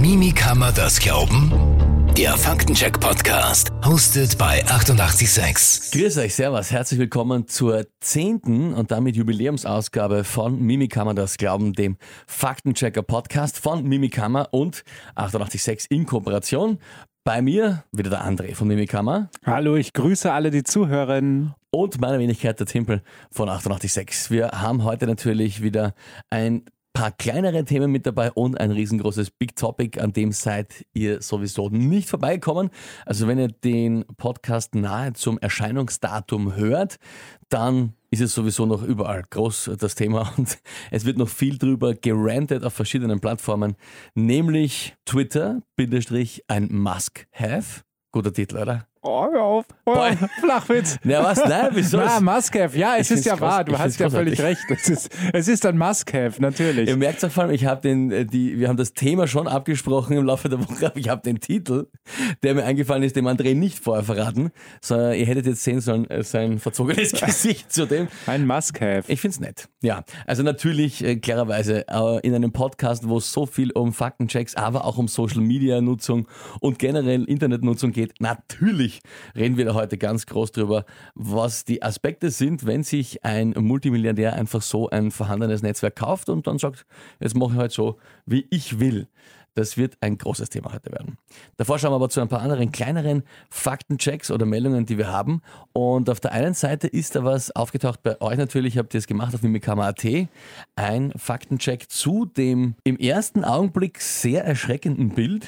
Mimi kann man das glauben? Der Faktencheck-Podcast, hosted bei 88.6. Grüß euch, servus, herzlich willkommen zur 10. und damit Jubiläumsausgabe von Mimi kann man das glauben, dem Faktenchecker-Podcast von Mimi kann man und 88.6 in Kooperation. Bei mir wieder der André von Mimi kann man. Hallo, ich grüße alle, die zuhören. Und meine Wenigkeit, der Timpel von 88.6. Wir haben heute natürlich wieder ein paar kleinere Themen mit dabei und ein riesengroßes Big Topic, an dem seid ihr sowieso nicht vorbeikommen. Also wenn ihr den Podcast nahe zum Erscheinungsdatum hört, dann ist es sowieso noch überall groß, das Thema, und es wird noch viel drüber gerantet auf verschiedenen Plattformen, nämlich Twitter, ein Must-Have. Guter Titel, oder? Oh, hör auf. Flachwitz. Ja, was? Nein, wieso? Na, Must-Have. Ja, es ist ja wahr. Du hast ja großartig. völlig recht. Es ist ein Must-Have, natürlich. Ihr merkt es vor allem, wir haben das Thema schon abgesprochen im Laufe der Woche, aber ich habe den Titel, der mir eingefallen ist, dem André nicht vorher verraten, sondern ihr hättet jetzt sehen sollen, sein verzogenes Gesicht zu dem. Ein Must-Have. Ich find's nett. Ja, also natürlich, klarerweise, in einem Podcast, wo es so viel um Faktenchecks, aber auch um Social-Media-Nutzung und generell Internetnutzung geht, natürlich reden wir da heute ganz groß drüber, was die Aspekte sind, wenn sich ein Multimilliardär einfach so ein vorhandenes Netzwerk kauft und dann sagt, jetzt mache ich halt so, wie ich will. Das wird ein großes Thema heute werden. Davor schauen wir aber zu ein paar anderen kleineren Faktenchecks oder Meldungen, die wir haben. Und auf der einen Seite ist da was aufgetaucht bei euch natürlich, habt ihr es gemacht auf mimikama.at, ein Faktencheck zu dem im ersten Augenblick sehr erschreckenden Bild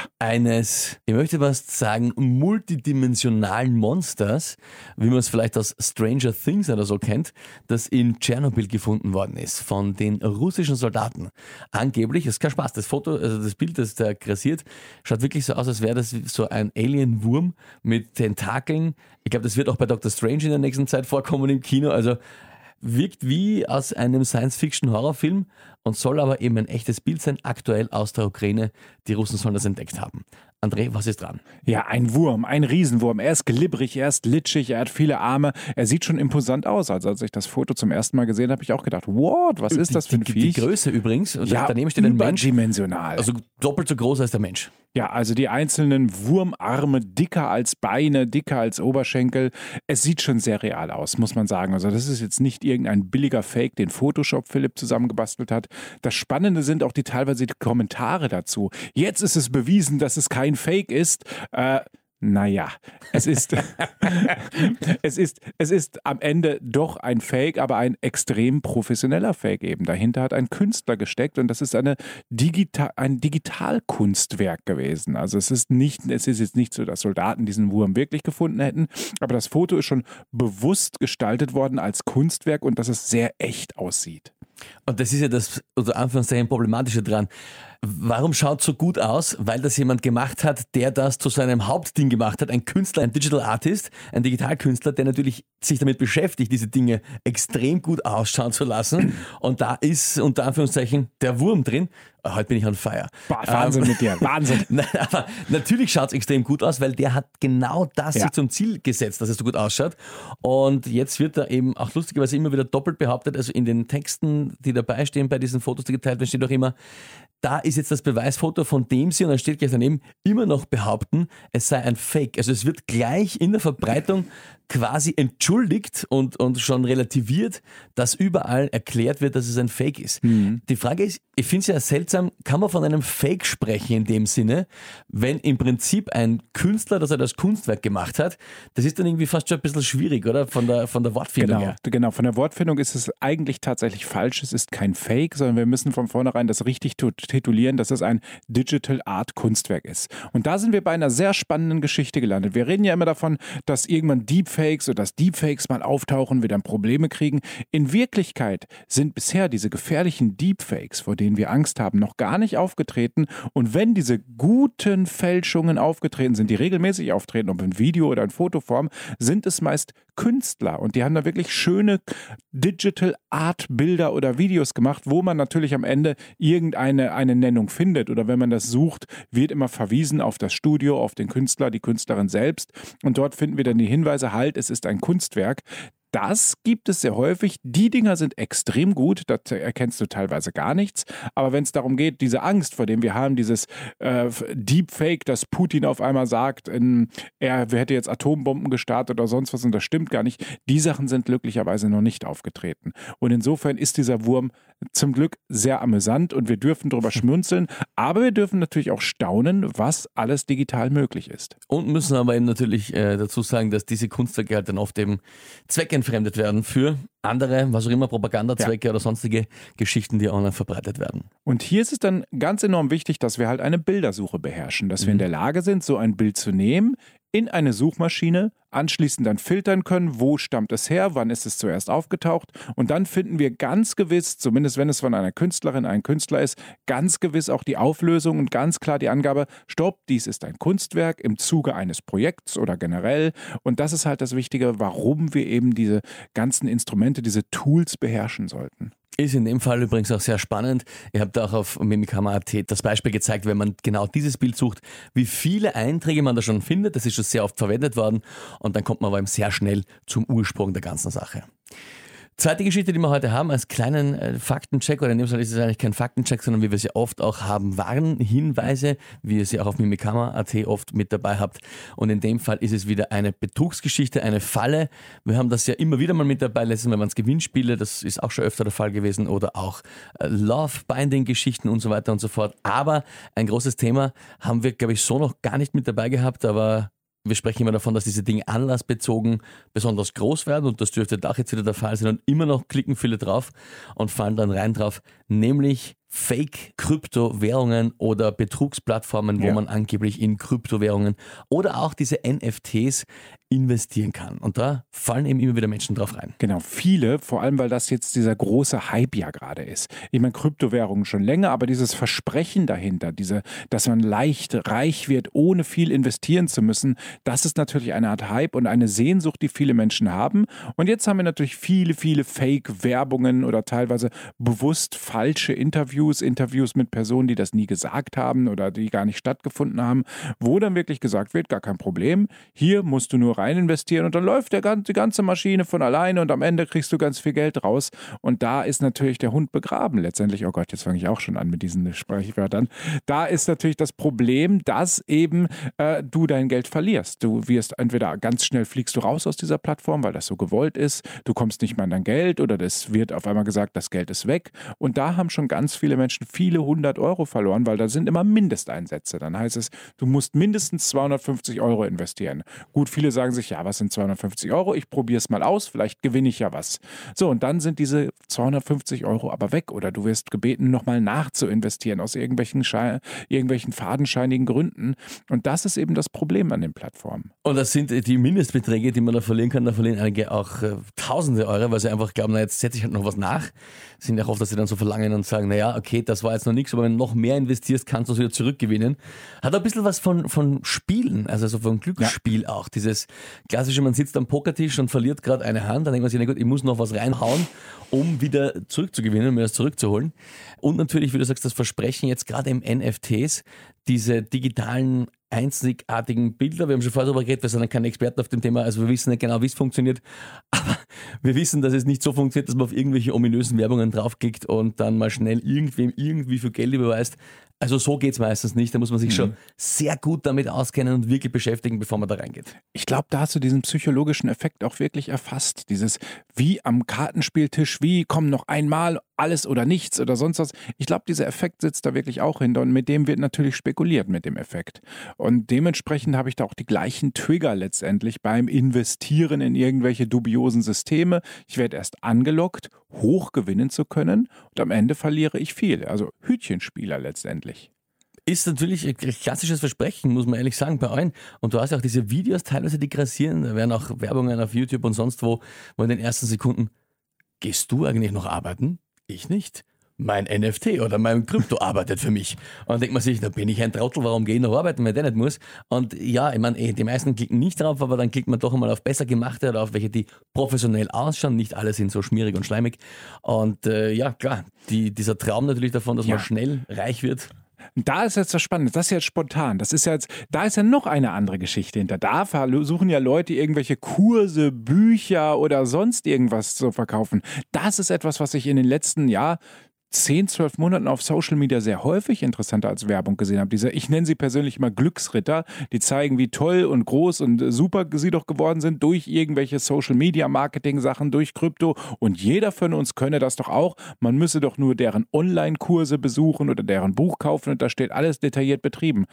eines, ich möchte was sagen, multidimensionalen Monsters, wie man es vielleicht aus Stranger Things oder so kennt, das in Tschernobyl gefunden worden ist von den russischen Soldaten. Angeblich, ist kein Spaß, das Foto, also das Bild, das da grassiert, schaut wirklich so aus, als wäre das so ein Alien-Wurm mit Tentakeln. Ich glaube, das wird auch bei Dr. Strange in der nächsten Zeit vorkommen im Kino. Also wirkt wie aus einem Science-Fiction-Horrorfilm und soll aber eben ein echtes Bild sein, aktuell aus der Ukraine. Die Russen sollen das entdeckt haben. André, was ist dran? Ja, ein Wurm, ein Riesenwurm. Er ist glibberig, er ist litschig, er hat viele Arme. Er sieht schon imposant aus. Also als ich das Foto zum ersten Mal gesehen habe, habe ich auch gedacht, what, was ist das für ein Viech? Die Größe übrigens, ja, daneben steht ein Mensch. Überdimensional. Also doppelt so groß als der Mensch. Ja, also die einzelnen Wurmarme dicker als Beine, dicker als Oberschenkel. Es sieht schon sehr real aus, muss man sagen. Also das ist jetzt nicht irgendein billiger Fake, den Photoshop Philipp zusammengebastelt hat. Das Spannende sind auch teilweise die Kommentare dazu. Jetzt ist es bewiesen, dass es kein Fake ist. Naja, es ist am Ende doch ein Fake, aber ein extrem professioneller Fake eben. Dahinter hat ein Künstler gesteckt und das ist ein Digitalkunstwerk gewesen. Also es ist jetzt nicht so, dass Soldaten diesen Wurm wirklich gefunden hätten, aber das Foto ist schon bewusst gestaltet worden als Kunstwerk und dass es sehr echt aussieht. Und das ist ja das, unter Anführungszeichen, Problematische dran. Warum schaut es so gut aus? Weil das jemand gemacht hat, der das zu seinem Hauptding gemacht hat. Ein Künstler, ein Digital Artist, ein Digitalkünstler, der natürlich sich damit beschäftigt, diese Dinge extrem gut ausschauen zu lassen. Und da ist unter Anführungszeichen der Wurm drin. Heute bin ich on fire. Wahnsinn mit dir, Wahnsinn. Nein, aber natürlich schaut es extrem gut aus, weil der hat genau das sich zum Ziel gesetzt, dass es so gut ausschaut. Und jetzt wird da eben auch lustigerweise immer wieder doppelt behauptet, also in den Texten, die dabei stehen bei diesen Fotos, die geteilt werden, steht auch immer, da ist jetzt das Beweisfoto, von dem sie, und dann steht gleich daneben, immer noch behaupten, es sei ein Fake. Also es wird gleich in der Verbreitung quasi entschuldigt und schon relativiert, dass überall erklärt wird, dass es ein Fake ist. Mhm. Die Frage ist, ich finde es ja seltsam, kann man von einem Fake sprechen in dem Sinne, wenn im Prinzip ein Künstler, das er das Kunstwerk gemacht hat, das ist dann irgendwie fast schon ein bisschen schwierig, oder? Von der Wortfindung her. Genau, von der Wortfindung ist es eigentlich tatsächlich falsch. Es ist kein Fake, sondern wir müssen von vornherein das richtig titulieren, dass es ein Digital Art Kunstwerk ist. Und da sind wir bei einer sehr spannenden Geschichte gelandet. Wir reden ja immer davon, dass irgendwann Deepfakes oder dass Deepfakes mal auftauchen, wir dann Probleme kriegen. In Wirklichkeit sind bisher diese gefährlichen Deepfakes, vor denen wir Angst haben, noch gar nicht aufgetreten. Und wenn diese guten Fälschungen aufgetreten sind, die regelmäßig auftreten, ob in Video- oder in Fotoform, sind es meist Künstler. Und die haben da wirklich schöne Digital Art Bilder oder Videos gemacht, wo man natürlich am Ende eine Nennung findet. Oder wenn man das sucht, wird immer verwiesen auf das Studio, auf den Künstler, die Künstlerin selbst. Und dort finden wir dann die Hinweise, halt, es ist ein Kunstwerk. Das gibt es sehr häufig. Die Dinger sind extrem gut, da erkennst du teilweise gar nichts. Aber wenn es darum geht, diese Angst, vor dem wir haben, dieses Deepfake, dass Putin auf einmal sagt, er hätte jetzt Atombomben gestartet oder sonst was und das stimmt gar nicht, die Sachen sind glücklicherweise noch nicht aufgetreten. Und insofern ist dieser Wurm zum Glück sehr amüsant und wir dürfen drüber schmunzeln, aber wir dürfen natürlich auch staunen, was alles digital möglich ist. Und müssen aber eben natürlich dazu sagen, dass diese Kunstwerke halt dann oft eben zweckentfremdet werden für andere, was auch immer, Propagandazwecke oder sonstige Geschichten, die online verbreitet werden. Und hier ist es dann ganz enorm wichtig, dass wir halt eine Bildersuche beherrschen, dass wir in der Lage sind, so ein Bild zu nehmen, in eine Suchmaschine, anschließend dann filtern können, wo stammt es her, wann ist es zuerst aufgetaucht und dann finden wir ganz gewiss, zumindest wenn es von einer Künstlerin, ein Künstler ist, ganz gewiss auch die Auflösung und ganz klar die Angabe, stopp, dies ist ein Kunstwerk im Zuge eines Projekts oder generell und das ist halt das Wichtige, warum wir eben diese ganzen Instrumente, diese Tools beherrschen sollten. Ist in dem Fall übrigens auch sehr spannend. Ihr habt auch auf Mimikama.at das Beispiel gezeigt, wenn man genau dieses Bild sucht, wie viele Einträge man da schon findet. Das ist schon sehr oft verwendet worden und dann kommt man aber eben sehr schnell zum Ursprung der ganzen Sache. Zweite Geschichte, die wir heute haben, als kleinen Faktencheck, oder in dem Fall ist es eigentlich kein Faktencheck, sondern wie wir sie oft auch haben, Warnhinweise, wie ihr sie auch auf Mimikama.at oft mit dabei habt. Und in dem Fall ist es wieder eine Betrugsgeschichte, eine Falle. Wir haben das ja immer wieder mal mit dabei, letztes Mal waren es Gewinnspiele, das ist auch schon öfter der Fall gewesen, oder auch Love-Binding-Geschichten und so weiter und so fort. Aber ein großes Thema haben wir, glaube ich, so noch gar nicht mit dabei gehabt, aber wir sprechen immer davon, dass diese Dinge anlassbezogen besonders groß werden und das dürfte auch jetzt wieder der Fall sein und immer noch klicken viele drauf und fallen dann rein drauf, nämlich Fake-Kryptowährungen oder Betrugsplattformen, wo man angeblich in Kryptowährungen oder auch diese NFTs investieren kann. Und da fallen eben immer wieder Menschen drauf rein. Genau, viele, vor allem weil das jetzt dieser große Hype ja gerade ist. Ich meine, Kryptowährungen schon länger, aber dieses Versprechen dahinter, dass man leicht reich wird, ohne viel investieren zu müssen, das ist natürlich eine Art Hype und eine Sehnsucht, die viele Menschen haben. Und jetzt haben wir natürlich viele Fake-Werbungen oder teilweise bewusst falsche Interviews mit Personen, die das nie gesagt haben oder die gar nicht stattgefunden haben, wo dann wirklich gesagt wird, gar kein Problem, hier musst du nur rein investieren und dann läuft die ganze Maschine von alleine und am Ende kriegst du ganz viel Geld raus und da ist natürlich der Hund begraben letztendlich. Oh Gott, jetzt fange ich auch schon an mit diesen Sprechwörtern. Da ist natürlich das Problem, dass eben du dein Geld verlierst. Du wirst entweder ganz schnell fliegst du raus aus dieser Plattform, weil das so gewollt ist, du kommst nicht mehr an dein Geld oder es wird auf einmal gesagt, das Geld ist weg und da haben schon ganz viele Menschen viele 100 Euro verloren, weil da sind immer Mindesteinsätze. Dann heißt es, du musst mindestens 250 Euro investieren. Gut, viele sagen sich, ja, was sind 250 Euro? Ich probiere es mal aus, vielleicht gewinne ich ja was. So, und dann sind diese 250 Euro aber weg oder du wirst gebeten, nochmal nachzuinvestieren aus irgendwelchen fadenscheinigen Gründen. Und das ist eben das Problem an den Plattformen. Und das sind die Mindestbeträge, die man da verlieren kann. Da verlieren einige auch tausende Euro, weil sie einfach glauben, na jetzt setze ich halt noch was nach. Sind ja oft, dass sie dann so verlangen und sagen, naja, okay, das war jetzt noch nichts, aber wenn du noch mehr investierst, kannst du es wieder zurückgewinnen. Hat ein bisschen was von Spielen, also so von Glücksspiel auch. Dieses klassische, man sitzt am Pokertisch und verliert gerade eine Hand, dann denkt man sich, na gut, ich muss noch was reinhauen, um wieder zurückzugewinnen, um mir das zurückzuholen. Und natürlich, wie du sagst, das Versprechen jetzt gerade im NFTs, diese digitalen einzigartigen Bilder. Wir haben schon vorher darüber geredet, wir sind keine Experten auf dem Thema, also wir wissen nicht genau, wie es funktioniert, aber wir wissen, dass es nicht so funktioniert, dass man auf irgendwelche ominösen Werbungen draufklickt und dann mal schnell irgendwem irgendwie viel Geld überweist. Also so geht es meistens nicht, da muss man sich schon sehr gut damit auskennen und wirklich beschäftigen, bevor man da reingeht. Ich glaube, da hast du diesen psychologischen Effekt auch wirklich erfasst. Dieses wie am Kartenspieltisch, wie komm noch einmal, alles oder nichts oder sonst was. Ich glaube, dieser Effekt sitzt da wirklich auch hinter und mit dem wird natürlich spekuliert mit dem Effekt. Und dementsprechend habe ich da auch die gleichen Trigger letztendlich beim Investieren in irgendwelche dubiosen Systeme. Ich werde erst angelockt, hoch gewinnen zu können und am Ende verliere ich viel. Also Hütchenspieler letztendlich. Ist natürlich ein klassisches Versprechen, muss man ehrlich sagen, bei allen. Und du hast ja auch diese Videos teilweise, die grassieren, da werden auch Werbungen auf YouTube und sonst wo in den ersten Sekunden, gehst du eigentlich noch arbeiten? Ich nicht. Mein NFT oder mein Krypto arbeitet für mich. Und dann denkt man sich, da bin ich ein Trottel, warum gehe ich noch arbeiten, wenn der nicht muss? Und ja, ich meine, die meisten klicken nicht drauf, aber dann klickt man doch einmal auf besser gemachte oder auf welche, die professionell ausschauen. Nicht alle sind so schmierig und schleimig. Und ja, klar, dieser Traum natürlich davon, dass man schnell reich wird. Da ist jetzt das Spannende, das ist jetzt spontan. Da ist ja noch eine andere Geschichte hinter. Da versuchen ja Leute irgendwelche Kurse, Bücher oder sonst irgendwas zu verkaufen. Das ist etwas, was ich in den letzten 10, 12 Monaten auf Social Media sehr häufig interessanter als Werbung gesehen habe. Ich nenne sie persönlich immer Glücksritter, die zeigen, wie toll und groß und super sie doch geworden sind durch irgendwelche Social Media Marketing Sachen, durch Krypto, und jeder von uns könne das doch auch. Man müsse doch nur deren Online-Kurse besuchen oder deren Buch kaufen und da steht alles detailliert betrieben.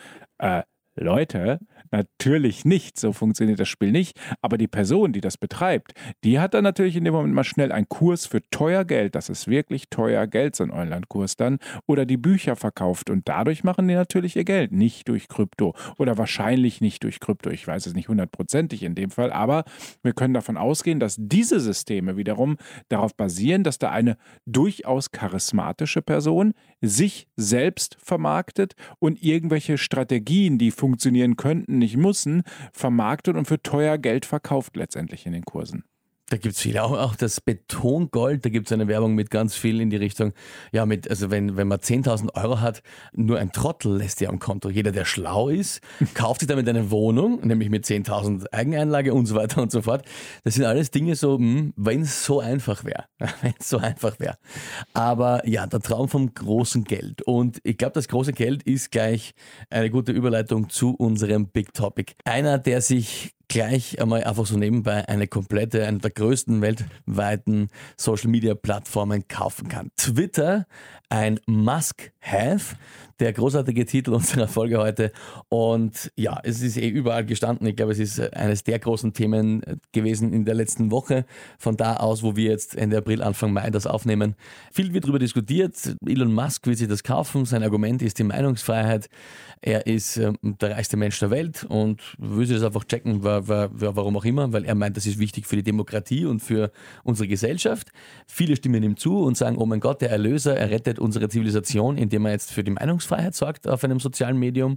Leute, natürlich nicht, so funktioniert das Spiel nicht, aber die Person, die das betreibt, die hat dann natürlich in dem Moment mal schnell einen Kurs für teuer Geld, das ist wirklich teuer Geld, so ein Online-Kurs dann, oder die Bücher verkauft und dadurch machen die natürlich ihr Geld, nicht durch Krypto oder wahrscheinlich nicht durch Krypto, ich weiß es nicht 100%ig in dem Fall, aber wir können davon ausgehen, dass diese Systeme wiederum darauf basieren, dass da eine durchaus charismatische Person sich selbst vermarktet und irgendwelche Strategien, die funktionieren könnten, nicht müssen, vermarktet und für teuer Geld verkauft letztendlich in den Kursen. Da gibt es viele, auch das Betongold, da gibt es eine Werbung mit ganz viel in die Richtung, also wenn man 10.000 Euro hat, nur ein Trottel lässt ja am Konto. Jeder, der schlau ist, kauft sich damit eine Wohnung, nämlich mit 10.000 Eigeneinlage und so weiter und so fort. Das sind alles Dinge so, wenn es so einfach wäre. Wenn es so einfach wäre. Aber ja, der Traum vom großen Geld. Und ich glaube, das große Geld ist gleich eine gute Überleitung zu unserem Big Topic. Einer, der sich gleich einmal einfach so nebenbei eine der größten weltweiten Social-Media-Plattformen kaufen kann. Twitter, ein Must-Have, der großartige Titel unserer Folge heute. Und ja, es ist überall gestanden. Ich glaube, es ist eines der großen Themen gewesen in der letzten Woche. Von da aus, wo wir jetzt Ende April, Anfang Mai das aufnehmen. Viel wird darüber diskutiert. Elon Musk will sich das kaufen. Sein Argument ist die Meinungsfreiheit. Er ist der reichste Mensch der Welt und will sich das einfach checken, warum auch immer, weil er meint, das ist wichtig für die Demokratie und für unsere Gesellschaft. Viele stimmen ihm zu und sagen, oh mein Gott, der Erlöser, er rettet unsere Zivilisation, indem er jetzt für die Meinungsfreiheit sorgt auf einem sozialen Medium.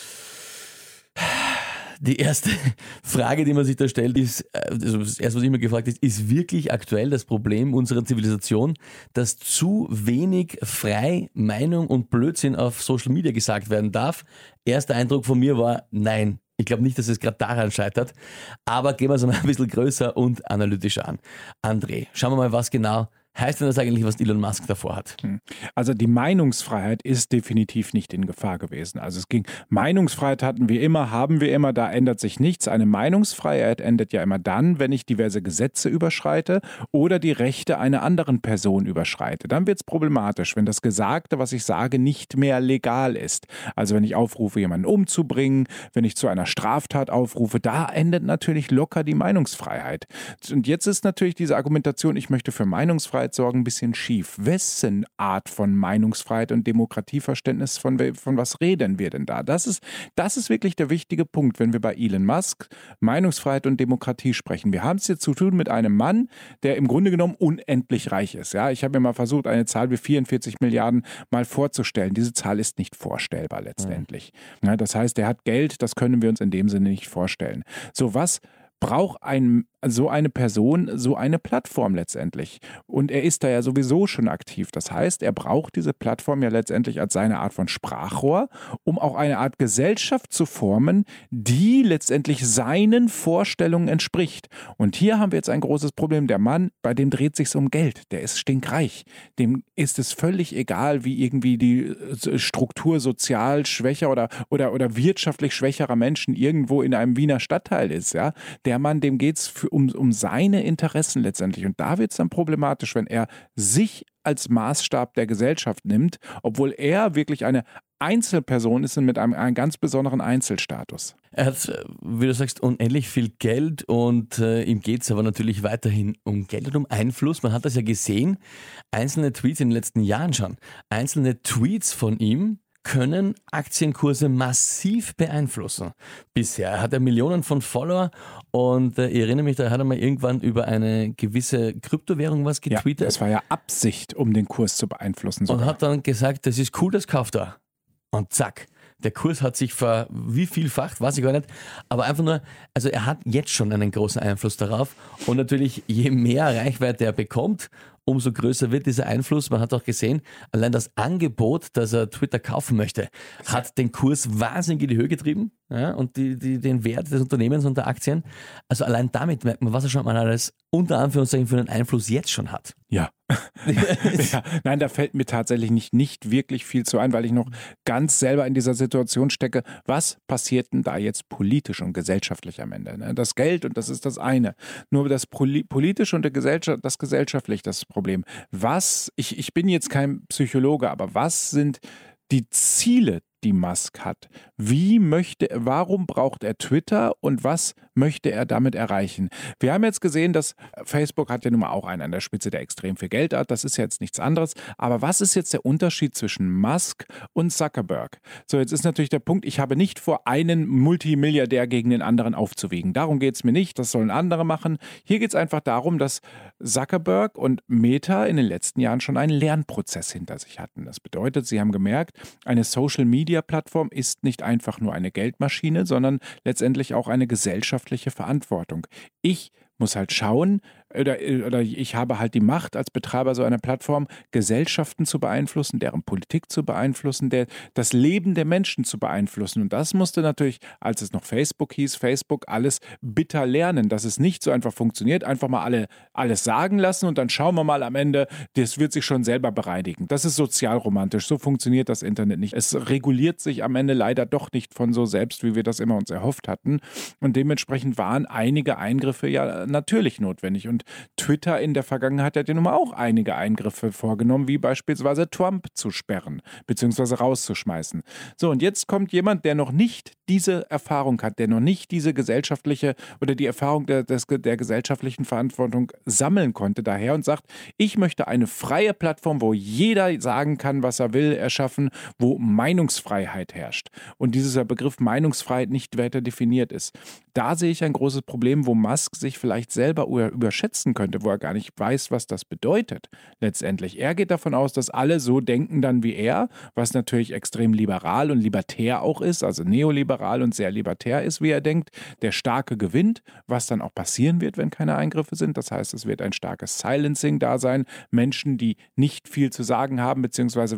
Die erste Frage, die man sich da stellt, ist, also das erste, was ich mir gefragt habe, ist wirklich aktuell das Problem unserer Zivilisation, dass zu wenig frei Meinung und Blödsinn auf Social Media gesagt werden darf? Erster Eindruck von mir war, nein. Ich glaube nicht, dass es gerade daran scheitert, aber gehen wir es mal ein bisschen größer und analytischer an. André, schauen wir mal, was genau heißt denn das eigentlich, was Elon Musk davor hat? Also die Meinungsfreiheit ist definitiv nicht in Gefahr gewesen. Also Meinungsfreiheit haben wir immer, da ändert sich nichts. Eine Meinungsfreiheit endet ja immer dann, wenn ich diverse Gesetze überschreite oder die Rechte einer anderen Person überschreite. Dann wird es problematisch, wenn das Gesagte, was ich sage, nicht mehr legal ist. Also wenn ich aufrufe, jemanden umzubringen, wenn ich zu einer Straftat aufrufe, da endet natürlich locker die Meinungsfreiheit. Und jetzt ist natürlich diese Argumentation, ich möchte für Meinungsfreiheit sorgen, ein bisschen schief. Wessen Art von Meinungsfreiheit und Demokratieverständnis, von was reden wir denn da? Das ist wirklich der wichtige Punkt, wenn wir bei Elon Musk Meinungsfreiheit und Demokratie sprechen. Wir haben es hier zu tun mit einem Mann, der im Grunde genommen unendlich reich ist. Ja, ich habe mir mal versucht, eine Zahl wie 44 Milliarden mal vorzustellen. Diese Zahl ist nicht vorstellbar letztendlich. Ja, das heißt, er hat Geld, das können wir uns in dem Sinne nicht vorstellen. So, was braucht so eine Person, so eine Plattform letztendlich. Und er ist da ja sowieso schon aktiv. Das heißt, er braucht diese Plattform ja letztendlich als seine Art von Sprachrohr, um auch eine Art Gesellschaft zu formen, die letztendlich seinen Vorstellungen entspricht. Und hier haben wir jetzt ein großes Problem. Der Mann, bei dem dreht es sich um Geld. Der ist stinkreich. Dem ist es völlig egal, wie irgendwie die Struktur sozial schwächer oder wirtschaftlich schwächerer Menschen irgendwo in einem Wiener Stadtteil ist. Ja? Der Mann, dem geht es um seine Interessen letztendlich. Und da wird es dann problematisch, wenn er sich als Maßstab der Gesellschaft nimmt, obwohl er wirklich eine Einzelperson ist und mit einem ganz besonderen Einzelstatus. Er hat, wie du sagst, unendlich viel Geld und ihm geht es aber natürlich weiterhin um Geld und um Einfluss. Man hat das ja gesehen, einzelne Tweets in den letzten Jahren schon. Einzelne Tweets von ihm können Aktienkurse massiv beeinflussen. Bisher hat er Millionen von Follower und ich erinnere mich, da hat er mal irgendwann über eine gewisse Kryptowährung was getweetet. Ja, das war ja Absicht, um den Kurs zu beeinflussen. Sogar. Und hat dann gesagt, das ist cool, das kauft er. Und zack, der Kurs hat sich wievielfacht, weiß ich gar nicht, aber einfach nur, also er hat jetzt schon einen großen Einfluss darauf und natürlich je mehr Reichweite er bekommt, umso größer wird dieser Einfluss. Man hat auch gesehen, allein das Angebot, dass er Twitter kaufen möchte, hat den Kurs wahnsinnig in die Höhe getrieben, ja, und den Wert des Unternehmens und der Aktien. Also allein damit merkt man, was er schon mal alles unter Anführungszeichen für einen Einfluss jetzt schon hat. Ja. Ja. Nein, da fällt mir tatsächlich nicht wirklich viel zu ein, weil ich noch ganz selber in dieser Situation stecke. Was passiert denn da jetzt politisch und gesellschaftlich am Ende? Ne? Das Geld, und das ist das eine. Nur das politische und das gesellschaftlich das Problem. Ich bin jetzt kein Psychologe, aber was sind die Ziele, die Musk hat? Warum braucht er Twitter und was möchte er damit erreichen? Wir haben jetzt gesehen, dass Facebook hat ja nun mal auch einen an der Spitze, der extrem viel Geld hat. Das ist ja jetzt nichts anderes. Aber was ist jetzt der Unterschied zwischen Musk und Zuckerberg? So, jetzt ist natürlich der Punkt, ich habe nicht vor, einen Multimilliardär gegen den anderen aufzuwiegen. Darum geht es mir nicht, das sollen andere machen. Hier geht es einfach darum, dass Zuckerberg und Meta in den letzten Jahren schon einen Lernprozess hinter sich hatten. Das bedeutet, sie haben gemerkt, eine Social-Media-Plattform ist nicht einfach nur eine Geldmaschine, sondern letztendlich auch eine gesellschaftliche Verantwortung. Ich muss halt schauen, oder ich habe halt die Macht als Betreiber so einer Plattform, Gesellschaften zu beeinflussen, deren Politik zu beeinflussen, das Leben der Menschen zu beeinflussen. Und das musste natürlich, als es noch Facebook hieß, Facebook alles bitter lernen, dass es nicht so einfach funktioniert, einfach mal alles sagen lassen und dann schauen wir mal am Ende, das wird sich schon selber bereinigen. Das ist sozialromantisch, so funktioniert das Internet nicht. Es reguliert sich am Ende leider doch nicht von so selbst, wie wir das immer uns erhofft hatten. Und dementsprechend waren einige Eingriffe ja natürlich notwendig. Und Twitter in der Vergangenheit hat ja nun mal auch einige Eingriffe vorgenommen, wie beispielsweise Trump zu sperren bzw. rauszuschmeißen. So, und jetzt kommt jemand, der noch nicht diese Erfahrung hat, der noch nicht diese gesellschaftliche oder die Erfahrung der gesellschaftlichen Verantwortung sammeln konnte daher und sagt, ich möchte eine freie Plattform, wo jeder sagen kann, was er will, erschaffen, wo Meinungsfreiheit herrscht. Und dieser Begriff Meinungsfreiheit nicht weiter definiert ist. Da sehe ich ein großes Problem, wo Musk sich vielleicht selber überschätzen könnte, wo er gar nicht weiß, was das bedeutet letztendlich. Er geht davon aus, dass alle so denken dann wie er, was natürlich extrem liberal und libertär auch ist, also neoliberal und sehr libertär ist, wie er denkt. Der Starke gewinnt, was dann auch passieren wird, wenn keine Eingriffe sind. Das heißt, es wird ein starkes Silencing da sein. Menschen, die nicht viel zu sagen haben, beziehungsweise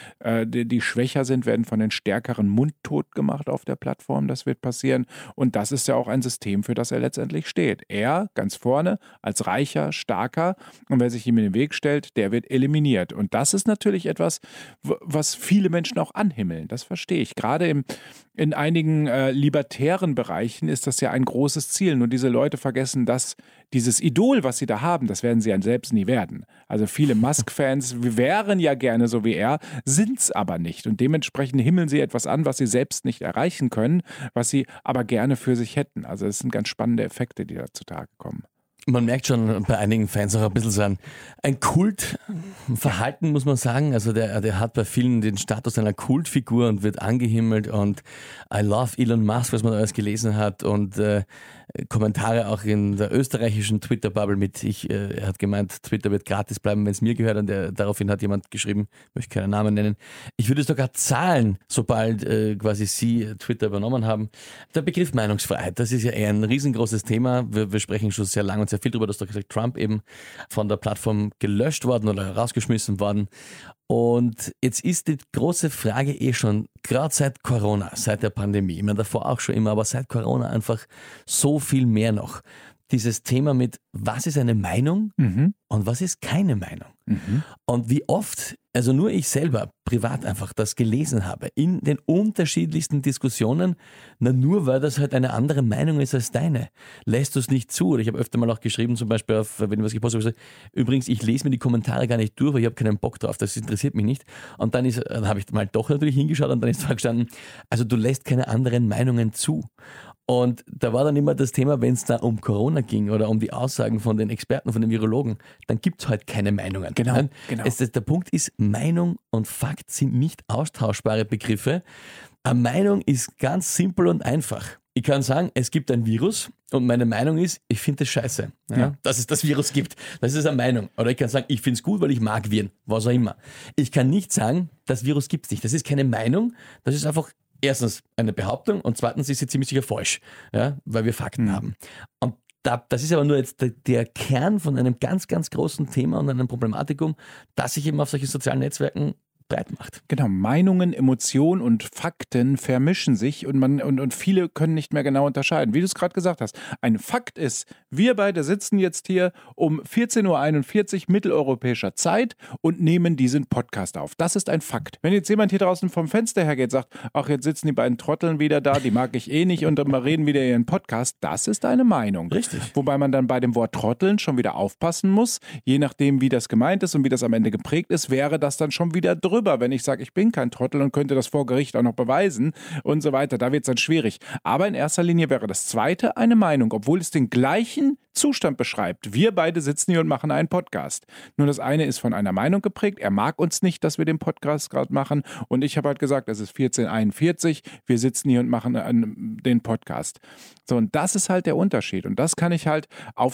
die schwächer sind, werden von den Stärkeren mundtot gemacht auf der Plattform. Das wird passieren. Und das ist ja auch ein System, für das er letztendlich steht. Er ganz vorne als reicher, starker, und wer sich ihm in den Weg stellt, der wird eliminiert. Und das ist natürlich etwas, was viele Menschen auch anhimmeln. Das verstehe ich. Gerade in einigen libertären Bereichen ist das ja ein großes Ziel. Nur diese Leute vergessen, dass dieses Idol, was sie da haben, das werden sie ja selbst nie werden. Also viele Musk-Fans wären ja gerne so wie er, sind es aber nicht. Und dementsprechend himmeln sie etwas an, was sie selbst nicht erreichen können, was sie aber gerne für sich hätten. Also es sind ganz spannende Effekte, die da zutage kommen. Man merkt schon bei einigen Fans auch ein bisschen so ein Kultverhalten, muss man sagen. Also der hat bei vielen den Status einer Kultfigur und wird angehimmelt und I love Elon Musk, was man alles gelesen hat, und Kommentare auch in der österreichischen Twitter-Bubble mit, er hat gemeint, Twitter wird gratis bleiben, wenn es mir gehört, und daraufhin hat jemand geschrieben, möchte keinen Namen nennen, ich würde sogar zahlen, sobald quasi Sie Twitter übernommen haben. Der Begriff Meinungsfreiheit, das ist ja eher ein riesengroßes Thema. Wir sprechen schon sehr lange und sehr viel darüber, dass doch gesagt Trump eben von der Plattform gelöscht worden oder rausgeschmissen worden. Und jetzt ist die große Frage schon, gerade seit Corona, seit der Pandemie, ich meine davor auch schon immer, aber seit Corona einfach so viel mehr noch. Dieses Thema mit, was ist eine Meinung und was ist keine Meinung? Und wie oft, also nur ich selber privat einfach das gelesen habe, in den unterschiedlichsten Diskussionen, nur weil das halt eine andere Meinung ist als deine, lässt du es nicht zu. Oder ich habe öfter mal auch geschrieben, zum Beispiel, wenn ich was gepostet habe, übrigens, ich lese mir die Kommentare gar nicht durch, weil ich habe keinen Bock drauf, das interessiert mich nicht. Und dann habe ich mal doch natürlich hingeschaut und dann ist da gestanden, also du lässt keine anderen Meinungen zu. Und da war dann immer das Thema, wenn es da um Corona ging oder um die Aussagen von den Experten, von den Virologen, dann gibt es halt keine Meinungen. Genau. Der Punkt ist, Meinung und Fakt sind nicht austauschbare Begriffe. Eine Meinung ist ganz simpel und einfach. Ich kann sagen, es gibt ein Virus und meine Meinung ist, ich finde es scheiße, dass es das Virus gibt. Das ist eine Meinung. Oder ich kann sagen, ich finde es gut, weil ich mag Viren, was auch immer. Ich kann nicht sagen, das Virus gibt es nicht. Das ist keine Meinung, das ist einfach erstens eine Behauptung und zweitens ist sie ziemlich sicher falsch, weil wir Fakten haben. Und Das ist aber nur jetzt der Kern von einem ganz, ganz großen Thema und einem Problematikum, das sich eben auf solchen sozialen Netzwerken breit macht. Genau, Meinungen, Emotionen und Fakten vermischen sich und viele können nicht mehr genau unterscheiden. Wie du es gerade gesagt hast, ein Fakt ist, wir beide sitzen jetzt hier um 14.41 Uhr mitteleuropäischer Zeit und nehmen diesen Podcast auf. Das ist ein Fakt. Wenn jetzt jemand hier draußen vom Fenster hergeht, sagt, ach, jetzt sitzen die beiden Trotteln wieder da, die mag ich eh nicht und dann reden wieder ihren Podcast, das ist eine Meinung. Richtig. Wobei man dann bei dem Wort Trotteln schon wieder aufpassen muss, je nachdem, wie das gemeint ist und wie das am Ende geprägt ist, wäre das dann schon wieder drüber. Wenn ich sage, ich bin kein Trottel und könnte das vor Gericht auch noch beweisen und so weiter, da wird es dann schwierig. Aber in erster Linie wäre das zweite eine Meinung, obwohl es den gleichen Zustand beschreibt. Wir beide sitzen hier und machen einen Podcast. Nur das eine ist von einer Meinung geprägt. Er mag uns nicht, dass wir den Podcast gerade machen. Und ich habe halt gesagt, es ist 14.41 Uhr. Wir sitzen hier und machen den Podcast. So, und das ist halt der Unterschied. Und das kann ich halt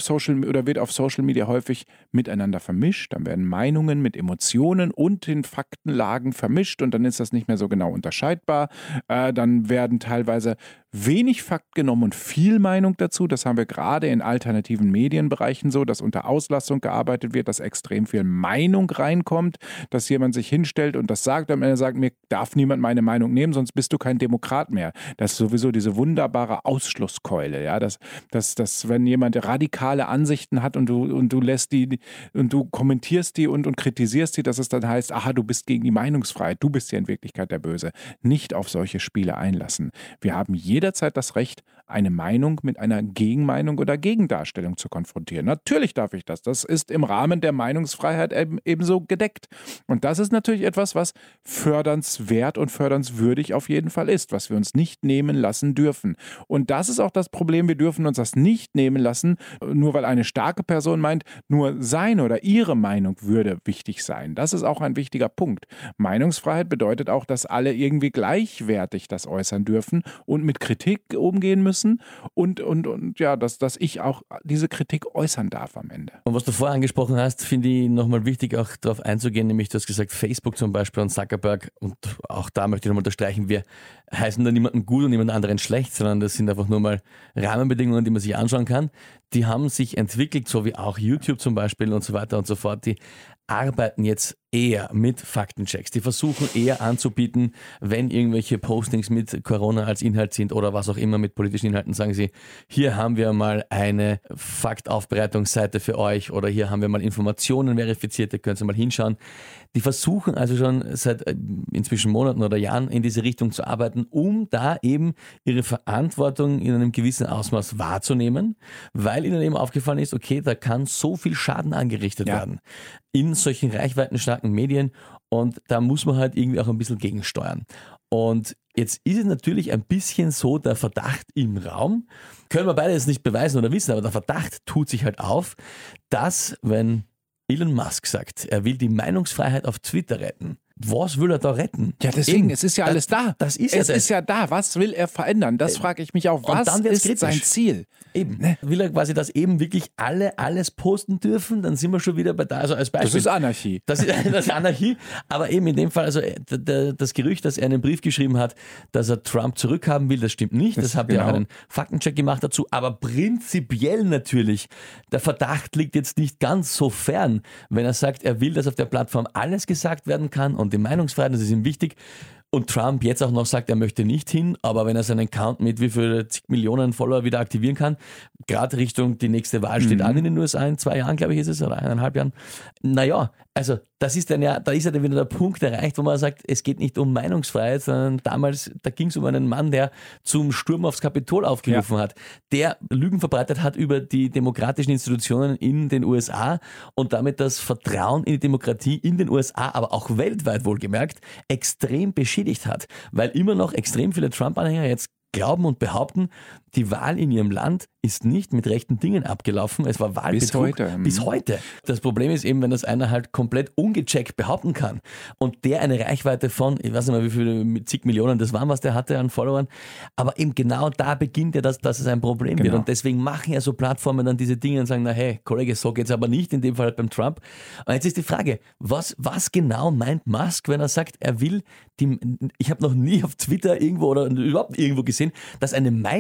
wird auf Social Media häufig miteinander vermischt. Dann werden Meinungen mit Emotionen und den Faktenlagen vermischt und dann ist das nicht mehr so genau unterscheidbar. Dann werden teilweise wenig Fakt genommen und viel Meinung dazu. Das haben wir gerade in alternativen Medienbereichen so, dass unter Auslastung gearbeitet wird, dass extrem viel Meinung reinkommt, dass jemand sich hinstellt und das sagt, am Ende sagt, mir darf niemand meine Meinung nehmen, sonst bist du kein Demokrat mehr. Das ist sowieso diese wunderbare Ausschlusskeule, ja, dass wenn jemand radikale Ansichten hat und du lässt die und du kommentierst die und kritisierst die, dass es dann heißt, aha, du bist gegen die Meinungsfreiheit, du bist ja in Wirklichkeit der Böse. Nicht auf solche Spiele einlassen. Wir haben jederzeit das Recht, eine Meinung mit einer Gegenmeinung oder Gegendarstellung zu konfrontieren. Natürlich darf ich das. Das ist im Rahmen der Meinungsfreiheit ebenso gedeckt. Und das ist natürlich etwas, was fördernswert und fördernswürdig auf jeden Fall ist, was wir uns nicht nehmen lassen dürfen. Und das ist auch das Problem, wir dürfen uns das nicht nehmen lassen, nur weil eine starke Person meint, nur seine oder ihre Meinung würde wichtig sein. Das ist auch ein wichtiger Punkt. Meinungsfreiheit bedeutet auch, dass alle irgendwie gleichwertig das äußern dürfen und mit Kritik umgehen müssen und ja, dass ich auch diese Kritik äußern darf am Ende. Und was du vorher angesprochen hast, finde ich nochmal wichtig, auch darauf einzugehen, nämlich du hast gesagt, Facebook zum Beispiel und Zuckerberg, und auch da möchte ich nochmal unterstreichen, wir heißen da niemanden gut und niemanden anderen schlecht, sondern das sind einfach nur mal Rahmenbedingungen, die man sich anschauen kann. Die haben sich entwickelt, so wie auch YouTube zum Beispiel und so weiter und so fort, die arbeiten jetzt eher mit Faktenchecks. Die versuchen eher anzubieten, wenn irgendwelche Postings mit Corona als Inhalt sind oder was auch immer mit politischen Inhalten, sagen sie, hier haben wir mal eine Faktaufbereitungsseite für euch oder hier haben wir mal Informationen verifizierte, könnt ihr mal hinschauen. Die versuchen also schon seit inzwischen Monaten oder Jahren in diese Richtung zu arbeiten, um da eben ihre Verantwortung in einem gewissen Ausmaß wahrzunehmen, weil ihnen eben aufgefallen ist, okay, da kann so viel Schaden angerichtet werden in solchen reichweitenstarken Medien und da muss man halt irgendwie auch ein bisschen gegensteuern. Und jetzt ist es natürlich ein bisschen so der Verdacht im Raum, können wir beide jetzt nicht beweisen oder wissen, aber der Verdacht tut sich halt auf, dass wenn Elon Musk sagt, er will die Meinungsfreiheit auf Twitter retten, was will er da retten? Ja, deswegen, es ist ja alles da. Das ist es ist ja da. Was will er verändern? Das frage ich mich auch. Was ist kritisch. Sein Ziel? Eben. Will er quasi, dass eben wirklich alle alles posten dürfen? Dann sind wir schon wieder bei da. Also als Beispiel. Das ist Anarchie. Das ist Anarchie. Aber eben in dem Fall, also das Gerücht, dass er einen Brief geschrieben hat, dass er Trump zurückhaben will, das stimmt nicht. Das habt ihr auch einen Faktencheck gemacht dazu. Aber prinzipiell natürlich, der Verdacht liegt jetzt nicht ganz so fern, wenn er sagt, er will, dass auf der Plattform alles gesagt werden kann und die Meinungsfreiheit, das ist ihm wichtig. Und Trump jetzt auch noch sagt, er möchte nicht hin, aber wenn er seinen Account mit wie viel zig Millionen Follower wieder aktivieren kann, gerade Richtung die nächste Wahl steht an in den USA, in 2 Jahren, glaube ich, ist es, oder 1,5 Jahren. Naja, also da ist ja dann wieder der Punkt erreicht, wo man sagt, es geht nicht um Meinungsfreiheit, sondern damals, da ging es um einen Mann, der zum Sturm aufs Kapitol aufgerufen hat, der Lügen verbreitet hat über die demokratischen Institutionen in den USA und damit das Vertrauen in die Demokratie in den USA, aber auch weltweit wohlgemerkt, extrem beschädigt hat, weil immer noch extrem viele Trump-Anhänger jetzt glauben und behaupten, die Wahl in ihrem Land ist nicht mit rechten Dingen abgelaufen. Es war Wahlbetrug. Bis heute. Das Problem ist eben, wenn das einer halt komplett ungecheckt behaupten kann und der eine Reichweite von, ich weiß nicht mal, wie viele zig Millionen das waren, was der hatte an Followern, aber eben genau da beginnt ja, dass es ein Problem wird. Und deswegen machen ja so Plattformen dann diese Dinge und sagen, na hey, Kollege, so geht's aber nicht, in dem Fall beim Trump. Und jetzt ist die Frage, was genau meint Musk, wenn er sagt, er will ich habe noch nie auf Twitter irgendwo oder überhaupt irgendwo gesehen, dass eine Meinung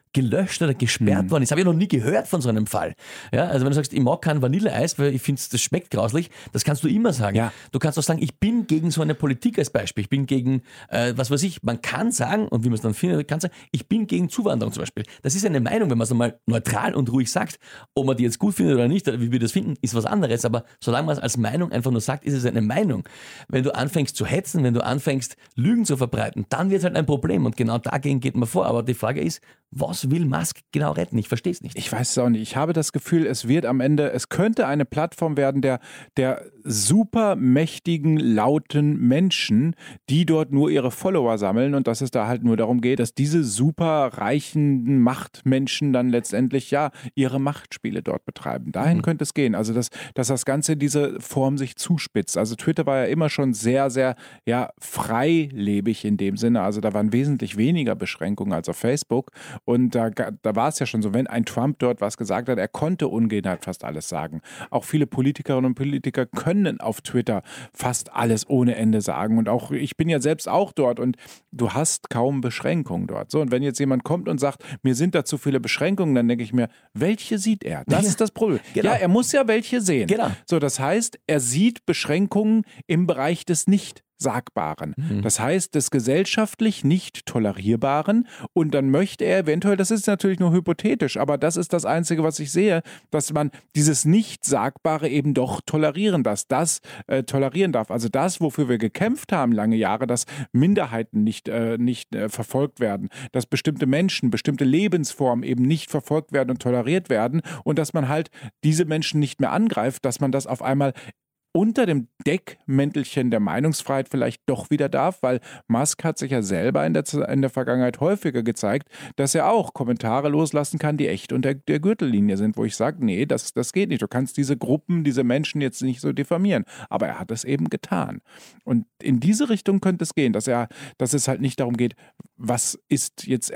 gelöscht oder gesperrt worden ist. Habe ich noch nie gehört von so einem Fall. Ja, also wenn du sagst, ich mag kein Vanilleeis, weil ich finde, das schmeckt grauslich, das kannst du immer sagen. Ja. Du kannst auch sagen, ich bin gegen so eine Politik als Beispiel. Ich bin gegen, was weiß ich, man kann sagen, und wie man es dann findet, kann sagen, ich bin gegen Zuwanderung zum Beispiel. Das ist eine Meinung, wenn man es einmal neutral und ruhig sagt. Ob man die jetzt gut findet oder nicht, oder wie wir das finden, ist was anderes. Aber solange man es als Meinung einfach nur sagt, ist es eine Meinung. Wenn du anfängst zu hetzen, wenn du anfängst, Lügen zu verbreiten, dann wird es halt ein Problem. Und genau dagegen geht man vor. Aber die Frage ist, was will Musk genau retten? Ich verstehe es nicht. Ich weiß es auch nicht. Ich habe das Gefühl, es wird am Ende, es könnte eine Plattform werden der super mächtigen, lauten Menschen, die dort nur ihre Follower sammeln und dass es da halt nur darum geht, dass diese super reichen Machtmenschen dann letztendlich ja ihre Machtspiele dort betreiben. Dahin könnte es gehen. Also dass das Ganze in diese Form sich zuspitzt. Also Twitter war ja immer schon sehr, sehr ja, freilebig in dem Sinne. Also da waren wesentlich weniger Beschränkungen als auf Facebook. Und da war es ja schon so, wenn ein Trump dort was gesagt hat, er konnte ungehindert fast alles sagen. Auch viele Politikerinnen und Politiker können auf Twitter fast alles ohne Ende sagen. Und auch ich bin ja selbst auch dort und du hast kaum Beschränkungen dort. So, und wenn jetzt jemand kommt und sagt, mir sind da zu viele Beschränkungen, dann denke ich mir, welche sieht er? Das ist das Problem. Genau. Ja, er muss ja welche sehen. Genau. So, das heißt, er sieht Beschränkungen im Bereich des Nicht-Sagbaren. Das heißt, des gesellschaftlich nicht tolerierbaren und dann möchte er eventuell, das ist natürlich nur hypothetisch, aber das ist das Einzige, was ich sehe, dass man dieses Nicht-Sagbare eben doch tolerieren darf. Also das, wofür wir gekämpft haben lange Jahre, dass Minderheiten nicht verfolgt werden, dass bestimmte Menschen, bestimmte Lebensformen eben nicht verfolgt werden und toleriert werden und dass man halt diese Menschen nicht mehr angreift, dass man das auf einmal unter dem Deckmäntelchen der Meinungsfreiheit vielleicht doch wieder darf, weil Musk hat sich ja selber in der Vergangenheit häufiger gezeigt, dass er auch Kommentare loslassen kann, die echt unter der Gürtellinie sind, wo ich sage, nee, das geht nicht. Du kannst diese Gruppen, diese Menschen jetzt nicht so diffamieren. Aber er hat es eben getan. Und in diese Richtung könnte es gehen, dass es halt nicht darum geht, was ist jetzt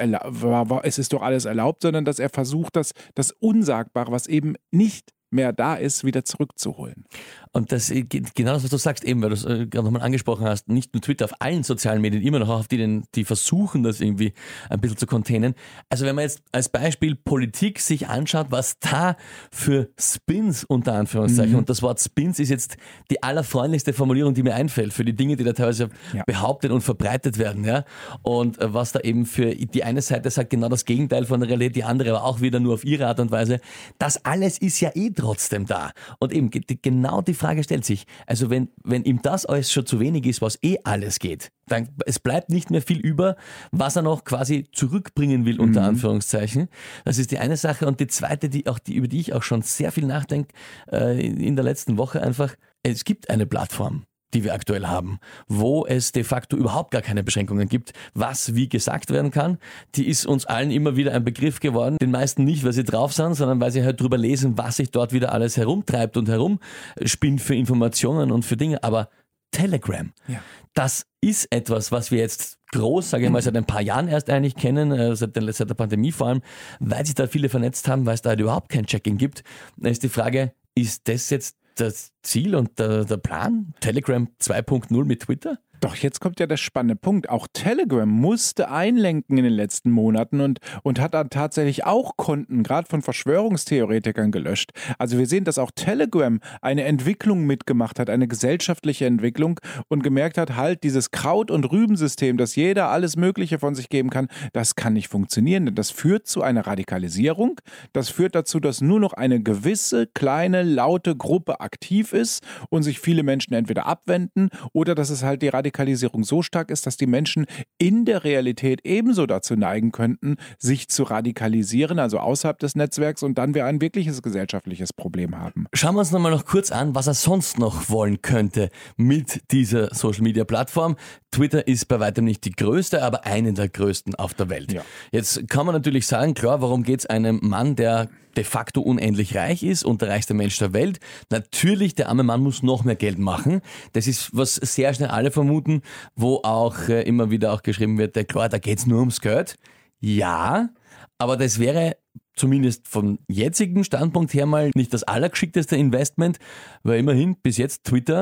es ist doch alles erlaubt, sondern dass er versucht, das Unsagbare, was eben nicht mehr da ist, wieder zurückzuholen. Und das genau das, was du sagst, eben, weil du es gerade nochmal angesprochen hast, nicht nur Twitter, auf allen sozialen Medien, immer noch auf die versuchen, das irgendwie ein bisschen zu containen. Also wenn man jetzt als Beispiel Politik sich anschaut, was da für Spins unter Anführungszeichen, und das Wort Spins ist jetzt die allerfreundlichste Formulierung, die mir einfällt, für die Dinge, die da teilweise behauptet und verbreitet werden. Ja? Und was da eben für die eine Seite sagt, genau das Gegenteil von der Realität, die andere aber auch wieder nur auf ihre Art und Weise. Das alles ist ja trotzdem da. Und eben genau die Frage stellt sich, also wenn ihm das alles schon zu wenig ist, was alles geht, dann es bleibt nicht mehr viel über, was er noch quasi zurückbringen will, unter Anführungszeichen. Das ist die eine Sache. Und die zweite, über die ich auch schon sehr viel nachdenke, in der letzten Woche einfach, es gibt eine Plattform, die wir aktuell haben, wo es de facto überhaupt gar keine Beschränkungen gibt, was wie gesagt werden kann. Die ist uns allen immer wieder ein Begriff geworden, den meisten nicht, weil sie drauf sind, sondern weil sie halt drüber lesen, was sich dort wieder alles herumtreibt und herumspinnt für Informationen und für Dinge. Aber Telegram, das ist etwas, was wir jetzt groß, sage ich mal, seit ein paar Jahren erst eigentlich kennen, seit der Pandemie vor allem, weil sich da viele vernetzt haben, weil es da halt überhaupt kein Check-in gibt. Da ist die Frage, ist das jetzt das Ziel und der Plan? Telegram 2.0 mit Twitter? Doch, jetzt kommt ja der spannende Punkt. Auch Telegram musste einlenken in den letzten Monaten und hat dann tatsächlich auch Konten, gerade von Verschwörungstheoretikern, gelöscht. Also wir sehen, dass auch Telegram eine Entwicklung mitgemacht hat, eine gesellschaftliche Entwicklung und gemerkt hat, halt dieses Kraut- und Rübensystem, dass jeder alles Mögliche von sich geben kann, das kann nicht funktionieren, denn das führt zu einer Radikalisierung. Das führt dazu, dass nur noch eine gewisse, kleine, laute Gruppe aktiv ist und sich viele Menschen entweder abwenden oder dass es halt die Radikalisierung so stark ist, dass die Menschen in der Realität ebenso dazu neigen könnten, sich zu radikalisieren, also außerhalb des Netzwerks, und dann wir ein wirkliches gesellschaftliches Problem haben. Schauen wir uns nochmal noch kurz an, was er sonst noch wollen könnte mit dieser Social-Media-Plattform. Twitter ist bei weitem nicht die größte, aber eine der größten auf der Welt. Ja. Jetzt kann man natürlich sagen, klar, warum geht es einem Mann, der de facto unendlich reich ist und der reichste Mensch der Welt? Natürlich, der arme Mann muss noch mehr Geld machen. Das ist, was sehr schnell alle vermuten, wo auch immer wieder auch geschrieben wird, klar, da geht es nur ums Geld. Ja, aber das wäre zumindest vom jetzigen Standpunkt her mal nicht das allergeschickteste Investment, weil immerhin bis jetzt Twitter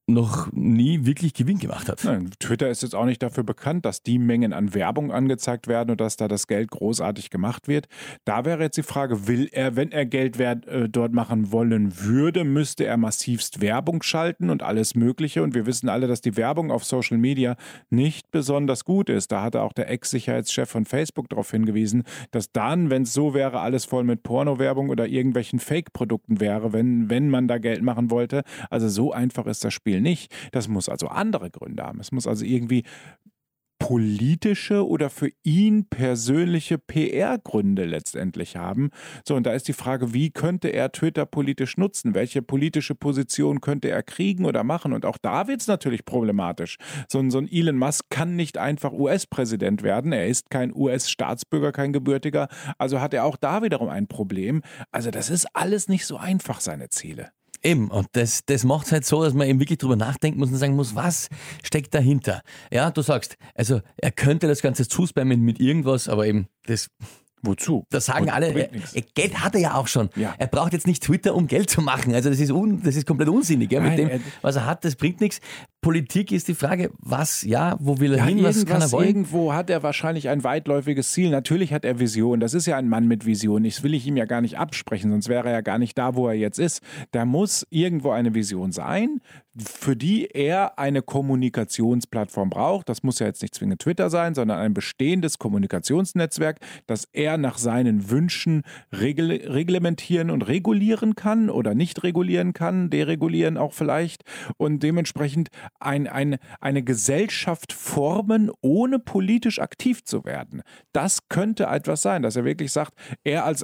noch nie wirklich Gewinn gemacht hat. Nein, Twitter ist jetzt auch nicht dafür bekannt, dass die Mengen an Werbung angezeigt werden und dass da das Geld großartig gemacht wird. Da wäre jetzt die Frage, wenn er Geld dort machen wollen würde, müsste er massivst Werbung schalten und alles Mögliche. Und wir wissen alle, dass die Werbung auf Social Media nicht besonders gut ist. Da hatte auch der Ex-Sicherheitschef von Facebook darauf hingewiesen, dass dann, wenn es so wäre, alles voll mit Porno-Werbung oder irgendwelchen Fake-Produkten wäre, wenn man da Geld machen wollte. Also so einfach ist das Spiel nicht. Das muss also andere Gründe haben. Es muss also irgendwie politische oder für ihn persönliche PR-Gründe letztendlich haben. So, und da ist die Frage, wie könnte er Twitter politisch nutzen? Welche politische Position könnte er kriegen oder machen? Und auch da wird es natürlich problematisch. So ein Elon Musk kann nicht einfach US-Präsident werden. Er ist kein US-Staatsbürger, kein Gebürtiger. Also hat er auch da wiederum ein Problem. Also das ist alles nicht so einfach, seine Ziele. Eben, und das macht es halt so, dass man eben wirklich drüber nachdenken muss und sagen muss, was steckt dahinter? Ja, du sagst, also er könnte das Ganze zuspammen mit irgendwas, aber eben das... Wozu? Das sagen alle, Geld hat er ja auch schon. Ja. Er braucht jetzt nicht Twitter, um Geld zu machen. Also das ist komplett unsinnig. Ja? Mit dem, was er hat, das bringt nichts. Politik ist die Frage, wo will er hin, was kann er wollen? Irgendwo hat er wahrscheinlich ein weitläufiges Ziel. Natürlich hat er Vision. Das ist ja ein Mann mit Vision. Das will ich ihm ja gar nicht absprechen, sonst wäre er ja gar nicht da, wo er jetzt ist. Da muss irgendwo eine Vision sein, für die er eine Kommunikationsplattform braucht. Das muss ja jetzt nicht zwingend Twitter sein, sondern ein bestehendes Kommunikationsnetzwerk, das er nach seinen Wünschen reglementieren und regulieren kann oder nicht regulieren kann, deregulieren auch vielleicht und dementsprechend eine Gesellschaft formen, ohne politisch aktiv zu werden. Das könnte etwas sein, dass er wirklich sagt, er als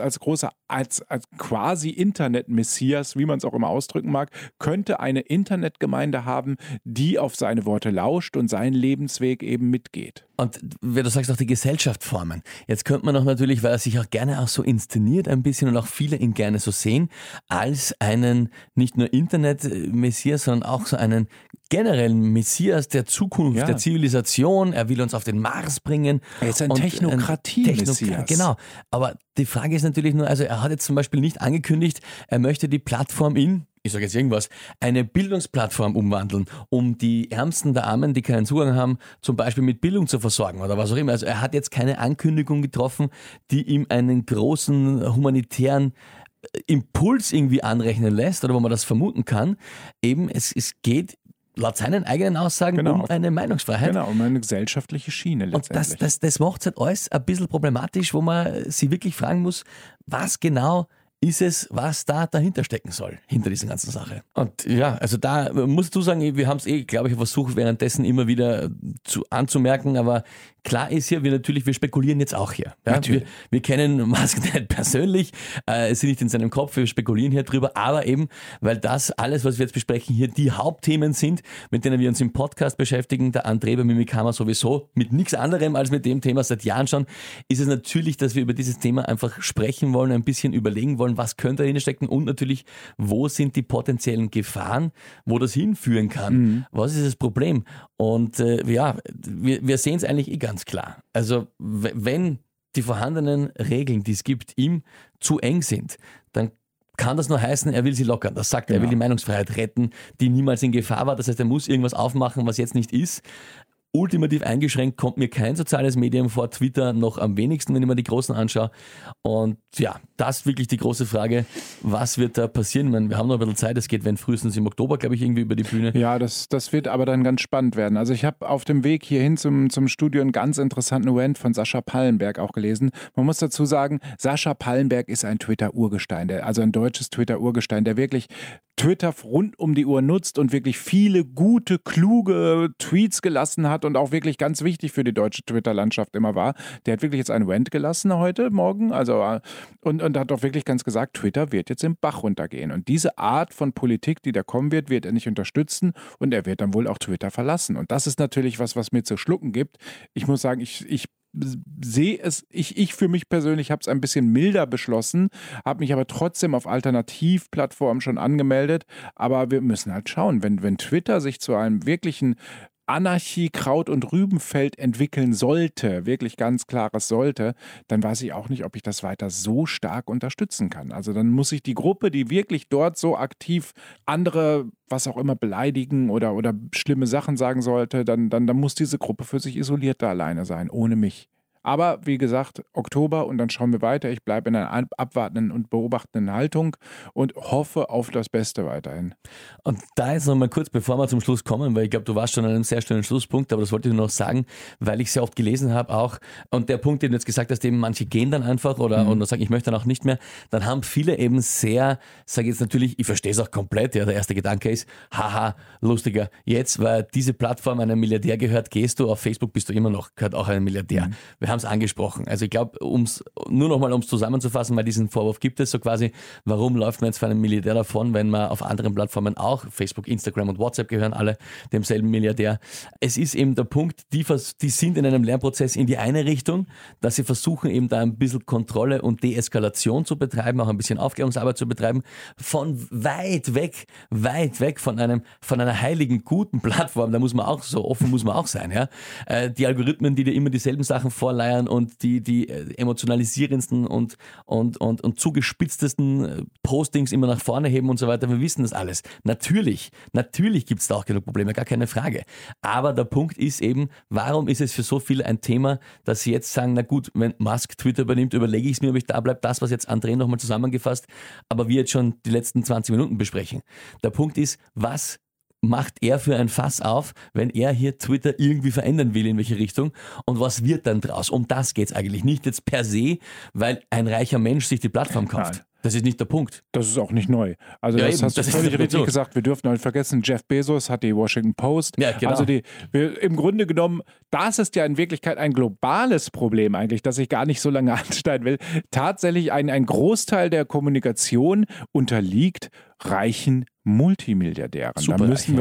quasi Internet-Messias, wie man es auch immer ausdrücken mag, könnte eine Internetgemeinde haben, die auf seine Worte lauscht und seinen Lebensweg eben mitgeht. Und wie du sagst, auch die Gesellschaft formen. Jetzt könnte man noch natürlich, weil er sich auch gerne auch so inszeniert ein bisschen und auch viele ihn gerne so sehen, als einen nicht nur Internet-Messias, sondern auch so einen generellen Messias der Zukunft, der Zivilisation. Er will uns auf den Mars bringen. Er ist ein Technokratie-Messias. Genau. Aber die Frage ist natürlich nur, also er hat jetzt zum Beispiel nicht angekündigt, er möchte die Plattform ich sage jetzt irgendwas, eine Bildungsplattform umwandeln, um die Ärmsten der Armen, die keinen Zugang haben, zum Beispiel mit Bildung zu versorgen oder was auch immer. Also er hat jetzt keine Ankündigung getroffen, die ihm einen großen humanitären Impuls irgendwie anrechnen lässt oder wo man das vermuten kann. Eben, es geht laut seinen eigenen Aussagen um eine Meinungsfreiheit. Genau, um eine gesellschaftliche Schiene letztendlich. Und das macht es halt alles ein bisschen problematisch, wo man sich wirklich fragen muss, was genau ist es, was da dahinter stecken soll, hinter dieser ganzen Sache. Und ja, also da musst du sagen, wir haben es glaube ich, versucht währenddessen immer wieder anzumerken, aber klar ist ja, wir spekulieren jetzt auch hier. Ja? Wir kennen Musk nicht persönlich, sind nicht in seinem Kopf, wir spekulieren hier drüber, aber eben, weil das alles, was wir jetzt besprechen, hier die Hauptthemen sind, mit denen wir uns im Podcast beschäftigen, der André bei Mimikama sowieso mit nichts anderem als mit dem Thema seit Jahren schon, ist es natürlich, dass wir über dieses Thema einfach sprechen wollen, ein bisschen überlegen wollen, was könnte dahinter stecken und natürlich, wo sind die potenziellen Gefahren, wo das hinführen kann, was ist das Problem? Und wir sehen es eigentlich ganz klar. Also wenn die vorhandenen Regeln, die es gibt, ihm zu eng sind, dann kann das nur heißen, er will sie lockern. Das sagt er, er will die Meinungsfreiheit retten, die niemals in Gefahr war. Das heißt, er muss irgendwas aufmachen, was jetzt nicht ist. Ultimativ eingeschränkt kommt mir kein soziales Medium vor, Twitter noch am wenigsten, wenn ich mir die Großen anschaue. Und ja, das ist wirklich die große Frage, was wird da passieren? Ich meine, wir haben noch ein bisschen Zeit, es geht frühestens im Oktober, glaube ich, irgendwie über die Bühne. Ja, das wird aber dann ganz spannend werden. Also ich habe auf dem Weg hierhin zum Studio einen ganz interessanten Event von Sascha Pallenberg auch gelesen. Man muss dazu sagen, Sascha Pallenberg ist ein Twitter-Urgestein, also ein deutsches Twitter-Urgestein, der wirklich Twitter rund um die Uhr nutzt und wirklich viele gute, kluge Tweets gelassen hat und auch wirklich ganz wichtig für die deutsche Twitter-Landschaft immer war. Der hat wirklich jetzt einen Rant gelassen heute Morgen und hat auch wirklich ganz gesagt, Twitter wird jetzt im Bach runtergehen. Und diese Art von Politik, die da kommen wird er nicht unterstützen und er wird dann wohl auch Twitter verlassen. Und das ist natürlich was mir zu schlucken gibt. Ich muss sagen, ich sehe es, ich für mich persönlich habe es ein bisschen milder beschlossen, habe mich aber trotzdem auf Alternativplattformen schon angemeldet, aber wir müssen halt schauen, wenn Twitter sich zu einem wirklichen Anarchie, Kraut- und Rübenfeld entwickeln sollte, wirklich ganz klares sollte, dann weiß ich auch nicht, ob ich das weiter so stark unterstützen kann. Also dann muss ich die Gruppe, die wirklich dort so aktiv andere, was auch immer, beleidigen oder schlimme Sachen sagen sollte, dann muss diese Gruppe für sich isoliert da alleine sein, ohne mich. Aber wie gesagt, Oktober und dann schauen wir weiter. Ich bleibe in einer abwartenden und beobachtenden Haltung und hoffe auf das Beste weiterhin. Und da jetzt nochmal kurz, bevor wir zum Schluss kommen, weil ich glaube, du warst schon an einem sehr schönen Schlusspunkt, aber das wollte ich nur noch sagen, weil ich sehr oft gelesen habe auch, und der Punkt, den du jetzt gesagt hast, eben manche gehen dann einfach oder sagen, ich möchte dann auch nicht mehr, dann haben viele eben sehr, sage ich jetzt natürlich, ich verstehe es auch komplett, ja, der erste Gedanke ist, haha, lustiger, jetzt, weil diese Plattform einem Milliardär gehört, gehst du auf Facebook, bist du immer noch, gehört auch einem Milliardär. Wir haben es angesprochen. Also ich glaube, nur nochmal, um es zusammenzufassen, weil diesen Vorwurf gibt es so quasi, warum läuft man jetzt für einen Milliardär davon, wenn man auf anderen Plattformen auch, Facebook, Instagram und WhatsApp gehören alle demselben Milliardär. Es ist eben der Punkt, die sind in einem Lernprozess in die eine Richtung, dass sie versuchen eben da ein bisschen Kontrolle und Deeskalation zu betreiben, auch ein bisschen Aufklärungsarbeit zu betreiben, von weit weg von einer heiligen, guten Plattform, da muss man auch, so offen muss man auch sein, ja. Die Algorithmen, die dir immer dieselben Sachen vorleihen und die emotionalisierendsten und zugespitztesten Postings immer nach vorne heben und so weiter. Wir wissen das alles. Natürlich gibt es da auch genug Probleme, gar keine Frage. Aber der Punkt ist eben, warum ist es für so viele ein Thema, dass sie jetzt sagen, na gut, wenn Musk Twitter übernimmt, überlege ich es mir, ob ich da bleibe. Das, was jetzt André nochmal zusammengefasst, aber wir jetzt schon die letzten 20 Minuten besprechen. Der Punkt ist, was macht er für ein Fass auf, wenn er hier Twitter irgendwie verändern will, in welche Richtung, und was wird dann draus? Um das geht es eigentlich nicht jetzt per se, weil ein reicher Mensch sich die Plattform kauft. Nein. Das ist nicht der Punkt. Das ist auch nicht neu. Also Ja, das eben, hast du das ist völlig der richtig Punkt. gesagt. Wir dürfen nicht vergessen, Jeff Bezos hat die Washington Post. Ja, genau. Also im Grunde genommen, das ist ja in Wirklichkeit ein globales Problem eigentlich, das ich gar nicht so lange anschneiden will. Tatsächlich ein Großteil der Kommunikation unterliegt reichen Multimilliardären. Da müssen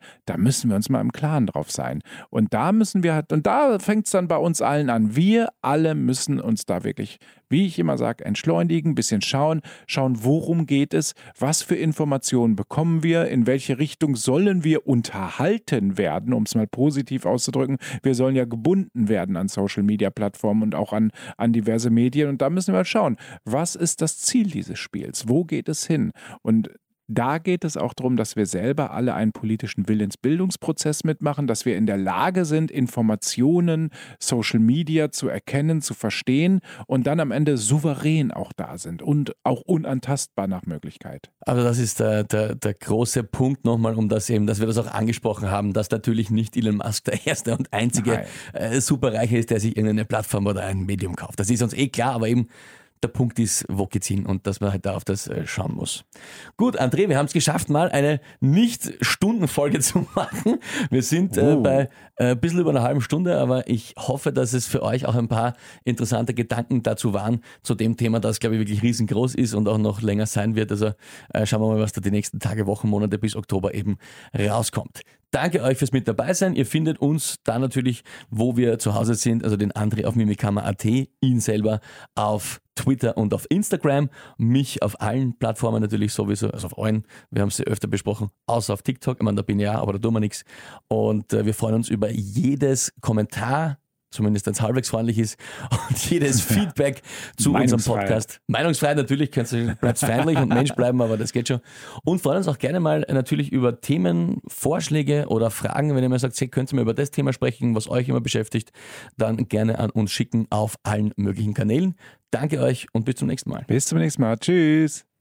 wir uns mal im Klaren drauf sein. Und da fängt es dann bei uns allen an. Wir alle müssen uns da wirklich, wie ich immer sage, entschleunigen, ein bisschen schauen, worum geht es, was für Informationen bekommen wir, in welche Richtung sollen wir unterhalten werden, um es mal positiv auszudrücken. Wir sollen ja gebunden werden an Social-Media-Plattformen und auch an diverse Medien. Und da müssen wir schauen, was ist das Ziel dieses Spiels? Wo geht es hin? Und da geht es auch darum, dass wir selber alle einen politischen Willensbildungsprozess mitmachen, dass wir in der Lage sind, Informationen, Social Media zu erkennen, zu verstehen und dann am Ende souverän auch da sind und auch unantastbar nach Möglichkeit. Also das ist der große Punkt nochmal, um das eben, dass wir das auch angesprochen haben, dass natürlich nicht Elon Musk der erste und einzige Superreiche ist, der sich irgendeine Plattform oder ein Medium kauft. Das ist uns klar, aber eben der Punkt ist, wo geht's hin und dass man halt da auf das schauen muss. Gut, André, wir haben es geschafft, mal eine Nicht-Stunden-Folge zu machen. Wir sind bei ein bisschen über einer halben Stunde, aber ich hoffe, dass es für euch auch ein paar interessante Gedanken dazu waren, zu dem Thema, das, glaube ich, wirklich riesengroß ist und auch noch länger sein wird. Also schauen wir mal, was da die nächsten Tage, Wochen, Monate bis Oktober eben rauskommt. Danke euch fürs mit dabei sein. Ihr findet uns da natürlich, wo wir zu Hause sind, also den André auf mimikama.at, ihn selber auf Twitter und auf Instagram, mich auf allen Plattformen natürlich sowieso, also auf allen, wir haben es ja öfter besprochen, außer auf TikTok, ich meine, da bin ich ja, aber da tun wir nichts. Und wir freuen uns über jedes Kommentar, zumindest wenn es halbwegs freundlich ist, und jedes Feedback zu unserem Podcast. Meinungsfrei natürlich, bleibt feindlich und Mensch bleiben, aber das geht schon. Und freuen uns auch gerne mal natürlich über Themen, Vorschläge oder Fragen, wenn ihr mal sagt, hey, könnt ihr mal über das Thema sprechen, was euch immer beschäftigt, dann gerne an uns schicken auf allen möglichen Kanälen. Danke euch und bis zum nächsten Mal. Bis zum nächsten Mal. Tschüss.